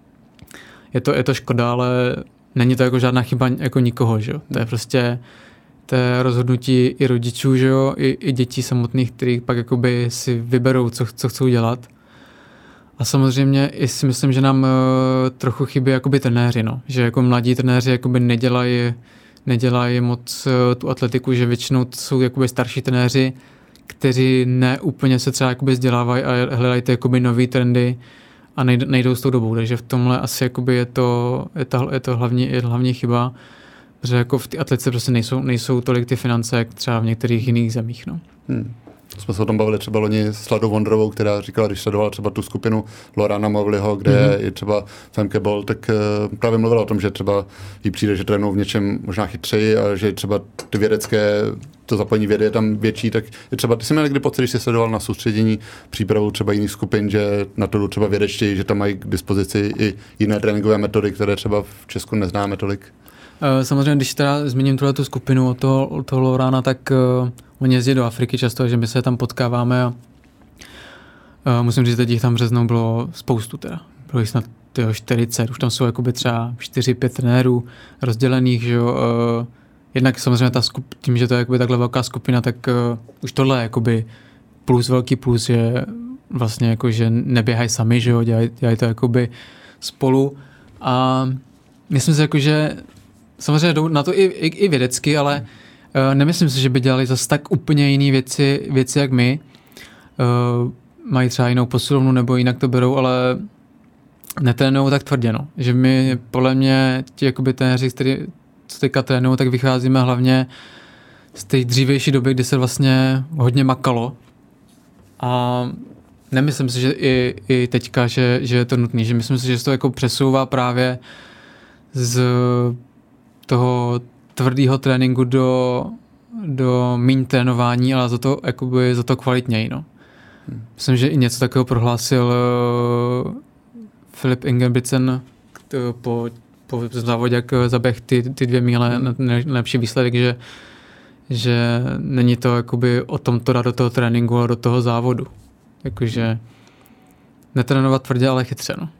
je to, je to škoda, ale není to jako žádná chyba jako nikoho, že jo. To je prostě to je rozhodnutí i rodičů, že jo, i, i dětí samotných, kteří pak jakoby si vyberou, co, co chcou dělat. A samozřejmě i si myslím, že nám uh, trochu chybí jakoby trenéři, no. Že jako mladí trenéři jakoby nedělají, nedělají moc uh, tu atletiku, že většinou to jsou jakoby starší trenéři, kteří ne úplně se třeba jakoby vzdělávají a hledají ty jakoby nový trendy a nejdou s tou dobou. Takže v tomhle asi jakoby je to, je to, je to hlavní, je hlavní chyba, protože jako v té atletice prostě nejsou, nejsou tolik ty finance, jak třeba v některých jiných zemích. No. Hmm. Jsme se o tom bavili třeba loni s Ladou Vondrovou, která říkala, když sledovala třeba tu skupinu Lorana Mowliho, kde mm-hmm. je třeba Femke Bol, tak uh, právě mluvila o tom, že třeba jí přijde, že trénují v něčem možná chytřeji a že třeba ty vědecké, to zapojení vědy je tam větší, tak je třeba, ty jsi měl někdy pocit, když jsi sledoval na soustředění přípravu třeba jiných skupin, že na to jdou třeba vědečtěji, že tam mají k dispozici i jiné tréninkové metody, které třeba v Česku neznáme tolik? Samozřejmě, když teda zmíním tuhle tu skupinu od toho, od toho Lorana, tak uh, oni jezdí do Afriky často, že my se tam potkáváme a uh, musím říct, že teď jich tam březnou bylo spoustu teda. Bylo jich snad tyho čtyřicet, už tam jsou jakoby třeba čtyři pět trenérů rozdělených, že jo. Uh, jednak samozřejmě ta skup, tím, že to je jakoby takhle velká skupina, tak uh, už tohle je jakoby plus, velký plus je vlastně jako, že neběhají sami, že jo, dělají, dělají to jakoby spolu a myslím si jako, že samozřejmě jdou na to i, i, i vědecky, ale uh, nemyslím si, že by dělali zase tak úplně jiné věci, věci jak my. Uh, mají třeba jinou posilovnu nebo jinak to berou, ale netrénují tak tvrdě. No. Že my podle mě ti jakoby trenéři, kteří co teďka trénují, tak vycházíme hlavně z té dřívější doby, kdy se vlastně hodně makalo. A nemyslím si, že i, i teďka, že, že je to nutné. Že myslím si, že se to jako přesouvá právě z toho tvrdého tréninku do, do míň trénování, ale za to, jakoby, za to kvalitněji. No. Hmm. Myslím, že i něco takového prohlásil uh, Filip Ingebrigtsen po, po závodě, jak zaběh ty, ty dvě míle hmm. na nejlepší výsledek, že, že není to jakoby o tom to dát do toho tréninku, ale do toho závodu. Jakože netrénovat tvrdě, ale chytře. No.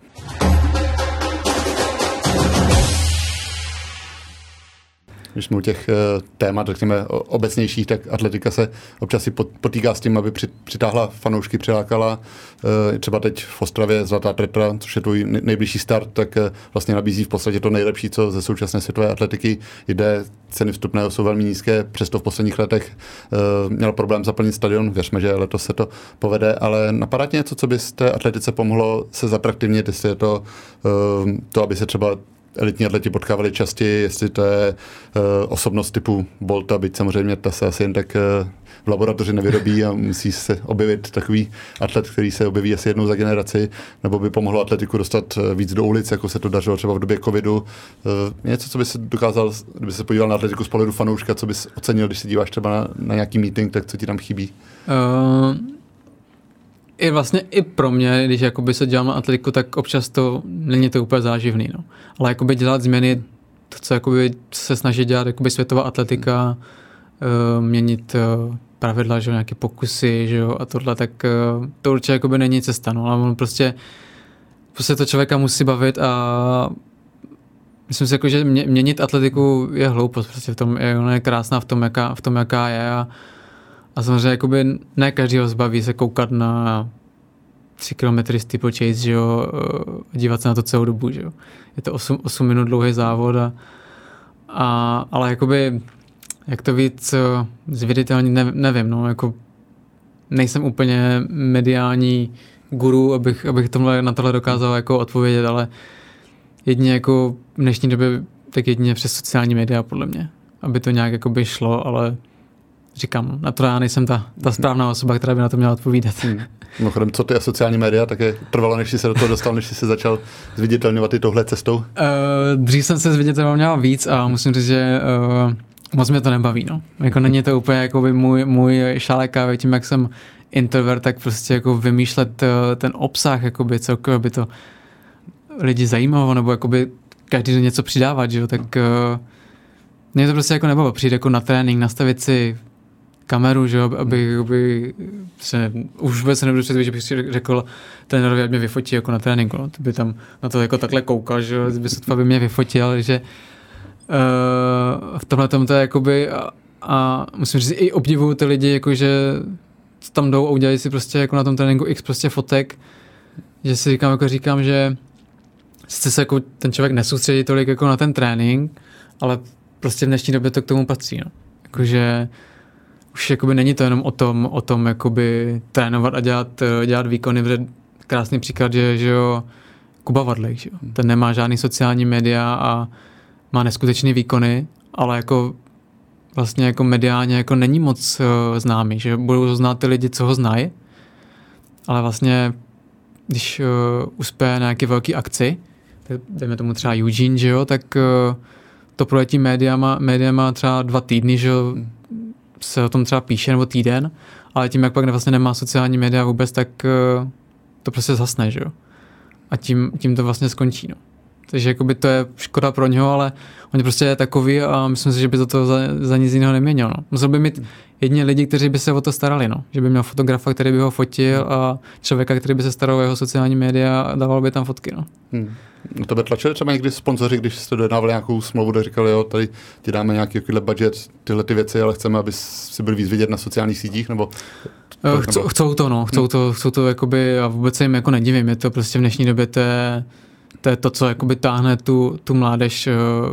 Když jsme u těch uh, témat, řekněme, obecnějších, tak atletika se občas si potýká s tím, aby přitáhla fanoušky, přilákala. Uh, třeba teď v Ostravě Zlatá Tetra, což je tvůj nejbližší start, tak uh, vlastně nabízí v podstatě to nejlepší, co ze současné světové atletiky jde. Ceny vstupného jsou velmi nízké, přesto v posledních letech uh, měl problém zaplnit stadion. Věřme, že letos se to povede, ale napadá tě něco, co by z té atletice pomohlo se zatraktivnit, jestli je to uh, to, aby se třeba elitní atleti potkávali častěji, jestli to je uh, osobnost typu Bolta, byť samozřejmě ta se asi jen tak uh, v laboratoři nevyrobí a musí se objevit takový atlet, který se objeví asi jednou za generaci, nebo by pomohlo atletiku dostat víc do ulic, jako se to dařilo třeba v době covidu. Uh, něco, co by se dokázal, kdyby se podíval na atletiku z pohledu fanouška, co bys ocenil, když se díváš třeba na, na nějaký meeting, tak co ti tam chybí? Uh... I vlastně i pro mě, když jakoby se dělám na atletiku, tak občas to není to úplně záživný. No. Ale jakoby dělat změny, to, co jakoby se snaží dělat jakoby světová atletika, uh, měnit uh, pravidla, že nějaké pokusy, že jo, a tohle, tak uh, to určitě jakoby není cesta. No. Ale on prostě, prostě to člověka musí bavit a myslím si, jako, že mě, měnit atletiku je hloupost. Prostě v tom, je, ona je krásná v tom, jaká, v tom, jaká je a A samozřejmě jakoby ne každýho zbaví se koukat na tři kilometry steeplechase, že jo, a dívat se na to celou dobu, že jo. Je to osm minut dlouhý závod a, A, ale jakoby, jak to víc zviditelnit, ne, nevím, no, jako nejsem úplně mediální guru, abych, abych tomhle, na tohle dokázal jako odpovědět, ale jedině jako v dnešní době, tak jedině přes sociální média, podle mě, aby to nějak jakoby šlo, ale říkám, na to já nejsem ta, ta správná osoba, která by na to měla odpovídat. Hmm. Mimochodem, co ty a sociální média, tak je trvalo, než jsi se do toho dostal, než jsi se začal zviditelňovat i touhle cestou? Uh, dřív jsem se zviditelňoval víc a musím říct, že uh, moc mě to nebaví. No. Jako není to úplně jakoby můj, můj šálek kávy, tím jak jsem introvert, tak prostě jako vymýšlet uh, ten obsah, jakoby celkově by to lidi zajímalo, nebo jakoby každý den něco přidávat, že jo, tak uh, mě to prostě jako nebaví. Přijít jako na trénink, nastavit si kameru, že jo, aby, aby se, už vůbec se nebudu představit, že bych si řekl trenérovi, ať mě vyfotí jako na tréninku, no. Ty by tam na to jako takhle koukal, že jo, by se by mě vyfotil, že uh, v tomhle tom to je jakoby a, a musím říct, i obdivuju ty lidi, jakože tam jdou a udělají si prostě jako na tom tréninku x prostě fotek, že si říkám, jako říkám, že sice se jako ten člověk nesoustředí tolik jako na ten trénink, ale prostě v dnešní době to k tomu patří, no. Jakože už jakoby není to jenom o tom, o tom jakoby trénovat a dělat, dělat výkony, protože krásný příklad je, že jo, Kuba Vadlejch, že jo. Ten nemá žádný sociální média a má neskutečný výkony, ale jako vlastně jako mediálně jako není moc uh, známý, že budou znát ty lidi, co ho znají, ale vlastně když uh, uspěje na nějaký velký akci, tak dejme tomu třeba Eugene, že jo, tak uh, to proletí médiama, médiama třeba dva týdny, že jo, se o tom třeba píše, nebo týden, ale tím, jak pak vlastně nemá sociální média vůbec, tak uh, to prostě zhasne, že jo. A tím, tím to vlastně skončí, no. Takže jakoby to je škoda pro něho, ale on prostě je takový a myslím si, že by to, to za, za nic jiného neměnil, no. Musel by mít jedině lidi, kteří by se o to starali, no. Že by měl fotografa, který by ho fotil a člověka, který by se staral o jeho sociální média a dával by tam fotky, no. Hmm. Na tebe tlačili třeba někdy sponzoři, když jste dojednávali nějakou smlouvu, tak říkali, jo, tady ti dáme nějaký budget, tyhle ty věci, ale chceme, aby si byl víc vidět na sociálních sítích, nebo... To, Chc, nebo... Chcou to, no, chcou hmm. to, chcou to jakoby, a vůbec se jim jako nedivím, je to prostě v dnešní době to je to, je to co jakoby táhne tu, tu mládež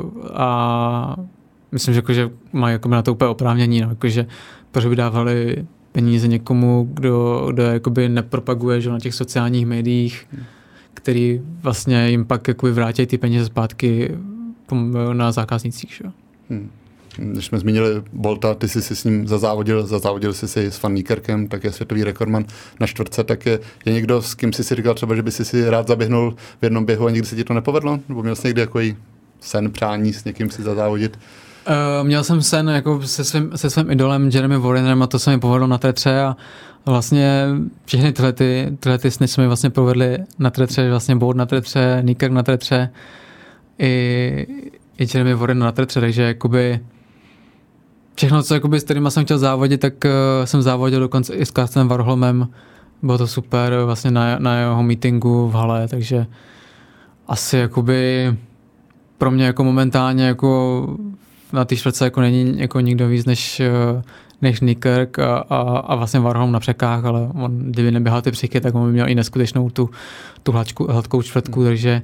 a myslím, že, jako, že mají jakoby na to úplně oprávnění, no, jakože proč by dávali peníze někomu, kdo, kdo jakoby nepropaguje, že na těch sociálních médiích, hmm. který vlastně jim pak jakoby vrátí ty peníze zpátky na zákaznicích. Že? Hmm. Když jsme zmínili Bolta, ty jsi si s ním zazávodil, zazávodil jsi si s Van Niekerkem, tak je světový rekordman na čtvrtce, tak je, je někdo, s kým jsi si říkal třeba, že by si si rád zaběhnul v jednom běhu a někdy se ti to nepovedlo? Nebo měl jsi někdy takový sen, přání s někým si zazávodit? Uh, měl jsem sen jako se svým, se svým idolem Jeremy Warrenem a to se mi povedlo na té tře a vlastně všechny tyhle, ty, tyhle ty sny se mi vlastně povedly na té tře, vlastně Bolt na té tře, Niekerk na té tře i, i Jeremy Warren na té tře, takže jakoby všechno, co jakoby, s kterýma jsem chtěl závodit, tak uh, jsem závodil dokonce i s Karstenem Warholmem, bylo to super vlastně na, na jeho meetingu v hale, takže asi jakoby pro mě jako momentálně jako na té čtvrtce jako není jako nikdo víc než, než Niekerk a, a, a vlastně Warholm na překách, ale on, kdyby neběhal ty překy, tak on by měl i neskutečnou tu, tu hladku, hladkou čtvrtku, hmm. takže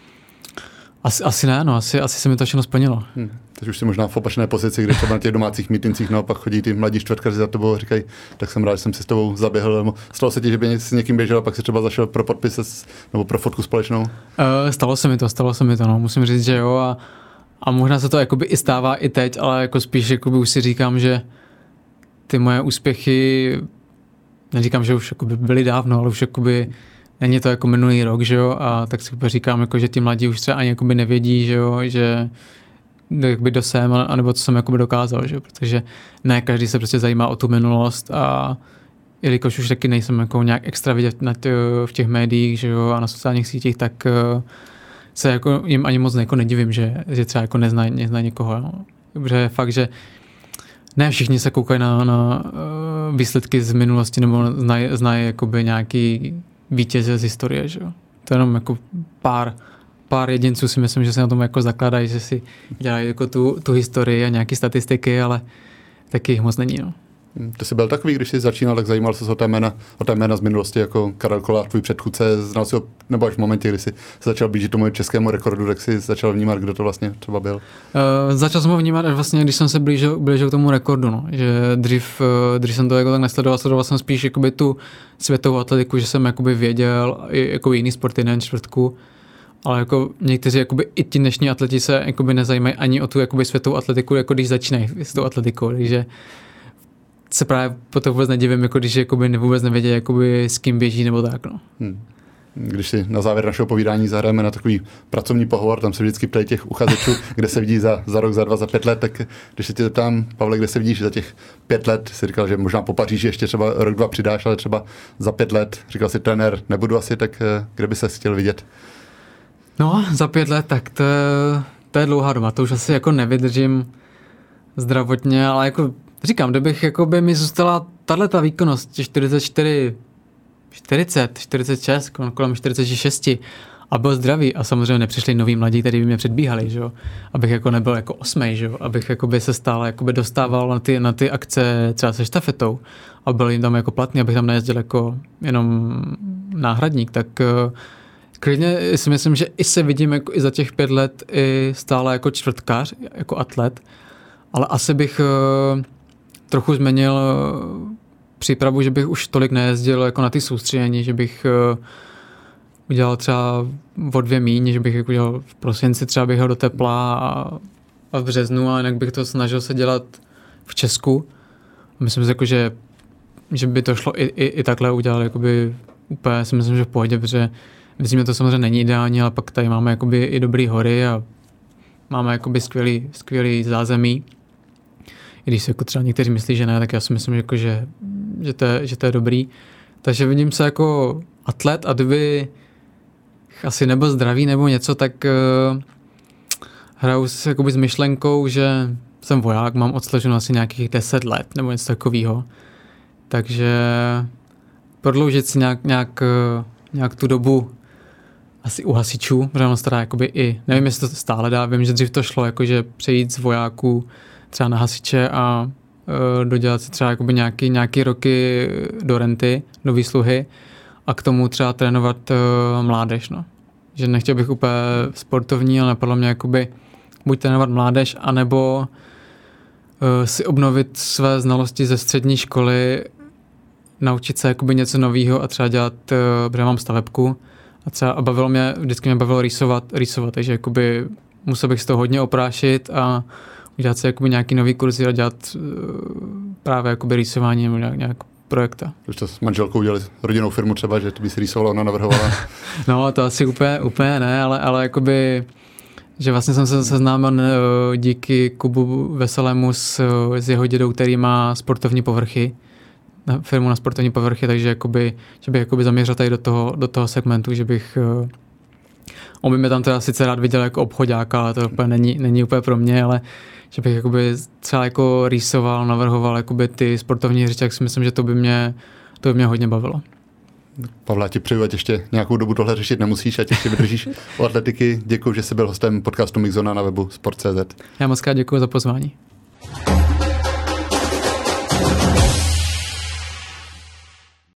asi, asi ne, no, asi, asi se mi to všechno splnilo. Hmm. Teď už si možná v opačné pozici, když třeba na těch domácích mítincích naopak chodí ty mladí čtvrtkaři za tebou a říkají, tak jsem rád, že jsem si s tebou zaběhl. Stalo se ti, že by s někým běžel a pak si třeba zašel pro podpis nebo pro fotku společnou? Uh, stalo se mi to, stalo se mi to, no. Musím říct, že jo a, a možná se to jakoby i stává i teď, ale jako spíš jakoby už si říkám, že ty moje úspěchy, neříkám, že už jakoby byly dávno, ale už jakoby není to jako minulý rok, že jo, a tak si říkám, jako, že ty mladí už třeba ani jakoby nevědí, že jo, že jak by dosem, anebo co jsem jakoby dokázal, že jo, protože ne každý se prostě zajímá o tu minulost a jelikož už taky nejsem jako nějak extra vidět na tě, v těch médiích, že jo, a na sociálních sítích, tak uh, se jako jim ani moc jako nedivím, že, že třeba jako neznají nezná někoho, no. Protože fakt, že ne všichni se koukají na, na uh, výsledky z minulosti nebo znají, znají jakoby nějaký vítěze z historie, že jo. To je jenom jako pár, pár jedinců si myslím, že se na tom jako zakladají, že si dělají jako tu, tu historii a nějaké statistiky, ale taky jich moc není, no. Ty jsi byl takový, když jsi začínal, tak zajímal se o té jména, o té jména z minulosti, jako Karel Kolář, tvůj předchůdce, znal si ho, nebo až v momentě, kdy jsi začal blížit tomu českému rekordu, tak si začal vnímat, kdo to vlastně třeba byl? Uh, začal jsem ho vnímat až vlastně, když jsem se blížil, blížil k tomu rekordu, no. Že dřív, uh, dřív jsem to jako tak nesledoval, sledoval jsem spíš jakoby tu světovou atletiku, že jsem jakoby věděl i jako jiný sporty, nejen čtvrtku, ale jako někteří jakoby i ti dnešní atleti se jakoby nezajímají ani o tu jakoby světovou atletiku, jako když začínají s tou atletikou, takže se právě po to vůbec nedivím, jako když jakoby vůbec nevědí, jakoby s kým běží nebo tak. No. Hmm. Když si na závěr našeho povídání zahrajeme na takový pracovní pohovor, tam se vždycky ptají těch uchazečů, kde se vidí za, za rok, za dva, za pět let, tak když se tě zeptám, Pavle, kde se vidíš za těch pět let, jsi říkal, že možná po Paříži ještě třeba rok, dva přidáš, ale třeba za pět let, říkal si trenér, nebudu asi, tak kde by se chtěl vidět? No, za pět let, tak to, to je dlouhá doba, to už asi jako nevydržím zdravotně, ale jako říkám, kdybych jakoby mi zůstala tato výkonnost, čtyřicet čtyři, čtyřicet, čtyřicet šest, kolem čtyřicet šest a byl zdravý a samozřejmě nepřišli noví mladí, kteří by mě předbíhali, že jo? Abych jako nebyl jako osmej, že jo? Abych jakoby se stále jakoby dostával na ty, na ty akce třeba se štafetou a byl jim tam jako platný, abych tam nejezdil jako jenom náhradník, tak klidně si myslím, že i se vidím jako i za těch pět let i stále jako čtvrtkář, jako atlet, ale asi bych trochu změnil přípravu, že bych už tolik nejezdil jako na ty soustředění, že bych udělal třeba o dvě míň, že bych udělal v prosinci třeba bych ho do tepla a, a v březnu, a jinak bych to snažil se dělat v Česku. Myslím si, jako, že, že by to šlo i, i, i takhle udělat, jakoby úplně si myslím, že v pohodě, protože myslím, že to samozřejmě není ideální, ale pak tady máme jakoby i dobrý hory a máme jakoby skvělý, skvělý zázemí. I když se jako třeba někteří myslí, že ne, tak já si myslím, že, jako, že, že, to je, že to je dobrý. Takže vidím se jako atlet a kdyby asi nebyl zdravý nebo něco, tak uh, hraju s, jakoby s myšlenkou, že jsem voják, mám odslouženo asi nějakých deset let nebo něco takového. Takže prodloužit si nějak, nějak, nějak tu dobu asi u hasičů, protože ono stará jakoby i, nevím, jestli to stále dá, vím, že dřív to šlo, jakože přejít z vojáků třeba na hasiče a uh, dodělat si třeba jakoby nějaký, nějaký roky do renty, do výsluhy a k tomu třeba trénovat uh, mládež, no. Že nechtěl bych úplně sportovní, ale napadlo mě jakoby buď trénovat mládež, anebo uh, si obnovit své znalosti ze střední školy, naučit se jakoby něco nového a třeba dělat, uh, protože mám stavebku a třeba a bavilo mě, vždycky mě bavilo rýsovat, rýsovat, takže jakoby musel bych z toho hodně oprášit a udělat si jakoby nějaký nový kurzy a dělat uh, právě jakoby rýsování nebo nějak, nějak projekta. Už to s manželkou udělali rodinnou firmu třeba, že to by si rýsovala, ona navrhovala? No to asi úplně, úplně ne, ale, ale jakoby, že vlastně jsem se seznámil uh, díky Kubu Veselému s, uh, s jeho dědou, který má sportovní povrchy, na firmu na sportovní povrchy, takže jakoby, že bych jakoby zaměřil tady do toho, do toho segmentu, že bych uh, on by mě tam teda sice rád viděl jako obchoďáka, ale to úplně není, není úplně pro mě, ale že bych jakoby třeba jako rýsoval, navrhoval jakoby ty sportovní hřiště, tak si myslím, že to by mě, to by mě hodně bavilo. Pavle, ti přeju, ať ještě nějakou dobu tohle řešit nemusíš, ať ještě vydržíš u atletiky. Děkuji, že jsi byl hostem podcastu Mixzona na webu sport tečka cé zet. Já moc krát děkuji za pozvání.